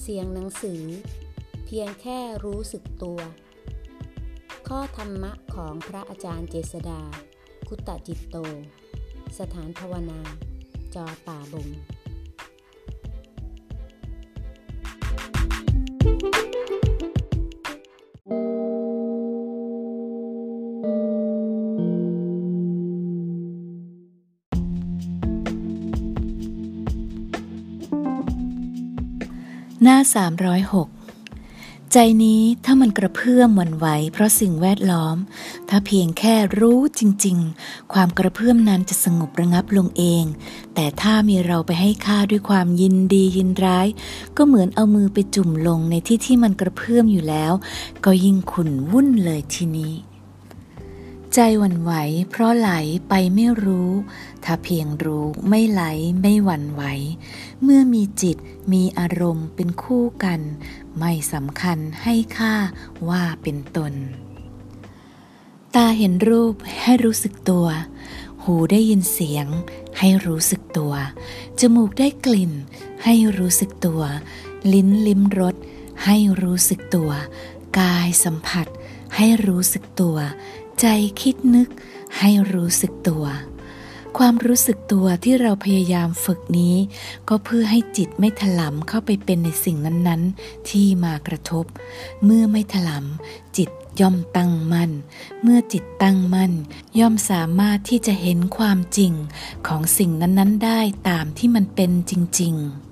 สียงหนังสือเพียงแค่รู้สึกตัวข้อธรรมะของพระอาจารย์เจษฎาคุตจิตโตสถานภาวนาจอป่าบงหน้า306ใจนี้ถ้ามันกระเพื่อมหวั่นไหวเพราะสิ่งแวดล้อมถ้าเพียงแค่รู้จริงๆความกระเพื่อมนั้นจะสงบระงับลงเองแต่ถ้ามีเราไปให้ค่าด้วยความยินดียินร้ายก็เหมือนเอามือไปจุ่มลงในที่มันกระเพื่อมอยู่แล้วก็ยิ่งขุ่นวุ่นเลยทีนี้ใจหวั่นไหวเพราะไหลไปไม่รู้ถ้าเพียงรู้ไม่ไหลไม่หวั่นไหวเมื่อมีจิตมีอารมณ์เป็นคู่กันไม่สำคัญให้ค่าว่าเป็นตนตาเห็นรูปให้รู้สึกตัวหูได้ยินเสียงให้รู้สึกตัวจมูกได้กลิ่นให้รู้สึกตัวลิ้นลิ้มรสให้รู้สึกตัวกายสัมผัสให้รู้สึกตัวใจคิดนึกให้รู้สึกตัวความรู้สึกตัวที่เราพยายามฝึกนี้ก็เพื่อให้จิตไม่ถลำเข้าไปเป็นในสิ่งนั้นๆที่มากระทบเมื่อไม่ถลำจิตย่อมตั้งมั่นเมื่อจิตตั้งมั่นย่อมสามารถที่จะเห็นความจริงของสิ่งนั้นๆได้ตามที่มันเป็นจริงๆ